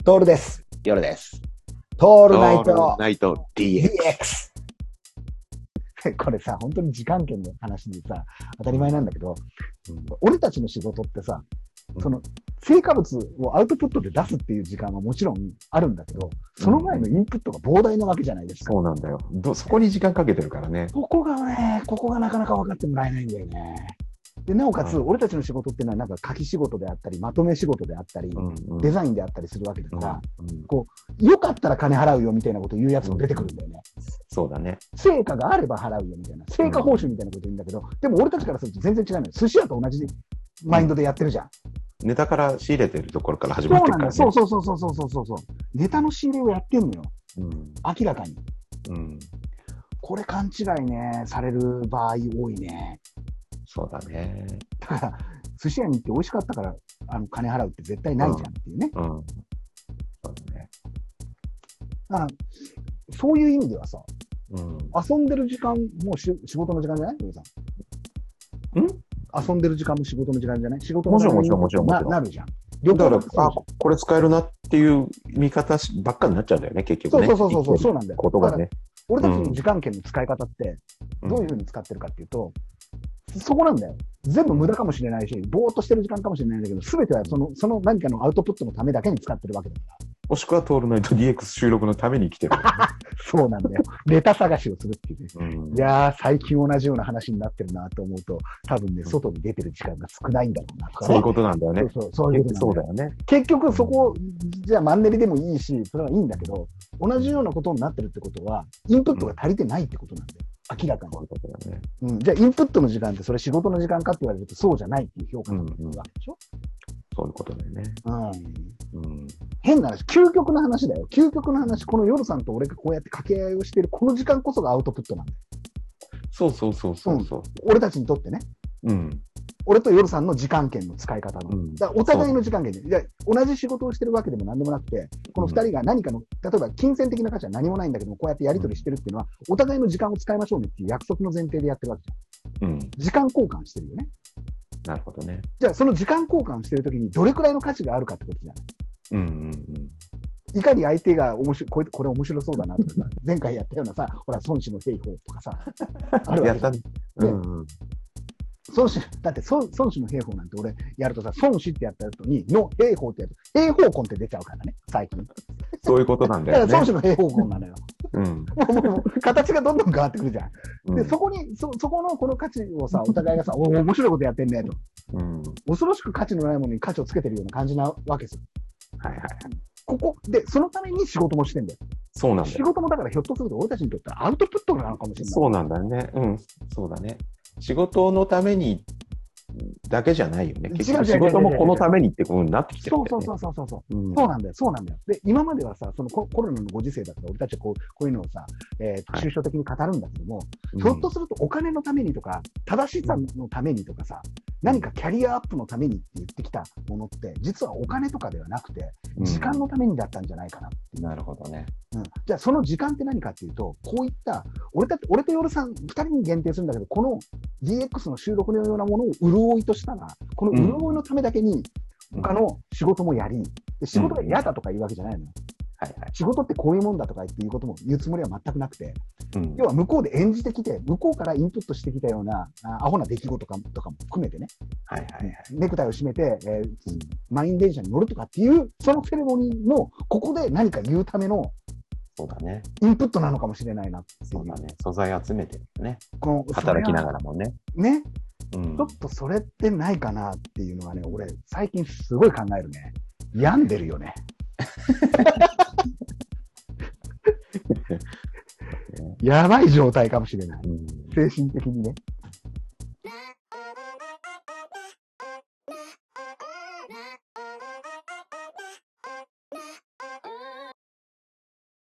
トールです。 夜です。 トールナイオールトナイト DX。 DX。これさ、本当に時間圏の話でさ、当たり前なんだけど、俺たちの仕事ってさ、その成果物をアウトプットで出すっていう時間はもちろんあるんだけど、その前のインプットが膨大なわけじゃないですか。 そうなんだよ。そこに時間かけてるからね。 ここがなかなか分かってもらえないんだよね。で、なおかつ、俺たちの仕事っていうのはなんか書き仕事であったり、まとめ仕事であったり、デザインであったりするわけだから、こう、よかったら金払うよみたいなことを言うやつも出てくるんだよね。 そうだね。 成果があれば払うよみたいな。成果報酬みたいなこと言うんだけど、でも俺たちからすると全然違うのよ。寿司屋と同じマインドでやってるじゃん。 ネタから仕入れてるところから始まってるからね。 そうそうそうそうそう。ネタの仕入れをやってんのよ。明らかに。これ勘違いね、される場合多いね。 そうだね。 だから、寿司屋に行って美味しかったから、金払うって絶対ないじゃんっていうね。 そうだね。 そういう意味ではさ、遊んでる時間も仕事の時間じゃない？遊んでる時間も仕事の時間じゃない？仕事の時間もちろん。 なるじゃん。 だから、これ使えるなっていう見方ばっかになっちゃうんだよね、結局ね。 そうなんだよ。 ことがね。 俺たちの時間圏の使い方って、どういうふうに使ってるかっていうと、そこなんだよ。全部無駄かもしれないし、ぼーっとしてる時間かもしれないんだけど、すべてはその何かのアウトプットのためだけに使ってるわけだから。 もしくはトールナイト DX 収録のために生きてる、ね。 そうなんだよ。ネタ探しをするっていうね。いやー、最近同じような話になってるなと思うと、多分ね、外に出てる時間が少ないんだろうな。 そういうことなんだよね。 そういうことそうだよね。 結局そこ、じゃあマンネリでもいいし、それはいいんだけど、同じようなことになってるってことは、インプットが足りてないってことなんだよ。明らかに。じゃあ、インプットの時間ってそれ仕事の時間かって言われるとそうじゃないっていう評価になるわけでしょ？ そういうことだよね。 変な話、究極の話だよ。究極の話、この夜さんと俺がこうやって掛け合いをしているこの時間こそがアウトプットなんだよ。 そう。 俺たちにとってね。俺と夜さんの時間圏の使い方の。だからお互いの時間圏で、同じ仕事をしてるわけでも何でもなくて、この二人が何かの、例えば金銭的な価値は何もないんだけども、こうやってやり取りしてるっていうのは、お互いの時間を使いましょうねっていう約束の前提でやってるわけじゃん。時間交換してるよね。 なるほどね。 じゃあ、その時間交換してるときにどれくらいの価値があるかってことじゃない。いかに相手がこれ面白そうだなとかさ、前回やったようなさ、ほら、孫子の兵法とかさ、あるわけじゃん。だって孫子の兵法なんて俺やるとさ、孫子ってやった後にの兵法ってやると、兵法婚って出ちゃうからね、最近。 そういうことなんだよね。 だから孫子の兵法婚なのよ。もう形がどんどん変わってくるじゃん。で、そこのこの価値をさ、お互いがさ、面白いことやってんねと。恐ろしく価値のないものに価値をつけてるような感じなわけですよ。ここで、そのために仕事もしてんだよ。 そうなんだよ。 仕事もだからひょっとすると俺たちにとってはアウトプットなのかもしれない。 そうなんだよね。そうだね。仕事のためにだけじゃないよね。結局仕事もこのためにってことになってきてるんだよね。 そうなんだよ。で、今まではさ、そのコロナのご時世だから俺たちはこういうのをさ、抽象的に語るんだけども、ひょっとするとお金のためにとか、正しさのためにとかさ、何かキャリアアップのためにって言ってきたものって、実はお金とかではなくて、時間のためにだったんじゃないかなって。 なるほどね。 じゃあその時間って何かっていうと、こういった俺と夜さん2人に限定するんだけど、この DX の収録のようなものを潤いとしたら、この潤いのためだけに他の仕事もやり、仕事が嫌だとか言うわけじゃないのよ。仕事ってこういうもんだとかっていうことも言うつもりは全くなくて、要は向こうで演じてきて、向こうからインプットしてきたようなアホな出来事とかも含めてね、ネクタイを締めて、満員電車に乗るとかっていう、そのセレモニーのここで何か言うためのそうだね。 インプットなのかもしれないなっていう。 そうだね。素材集めてるよね。働きながらもね。 ちょっとそれってないかなっていうのはね、俺、最近すごい考えるね。病んでるよね。やばい状態かもしれない。精神的にね。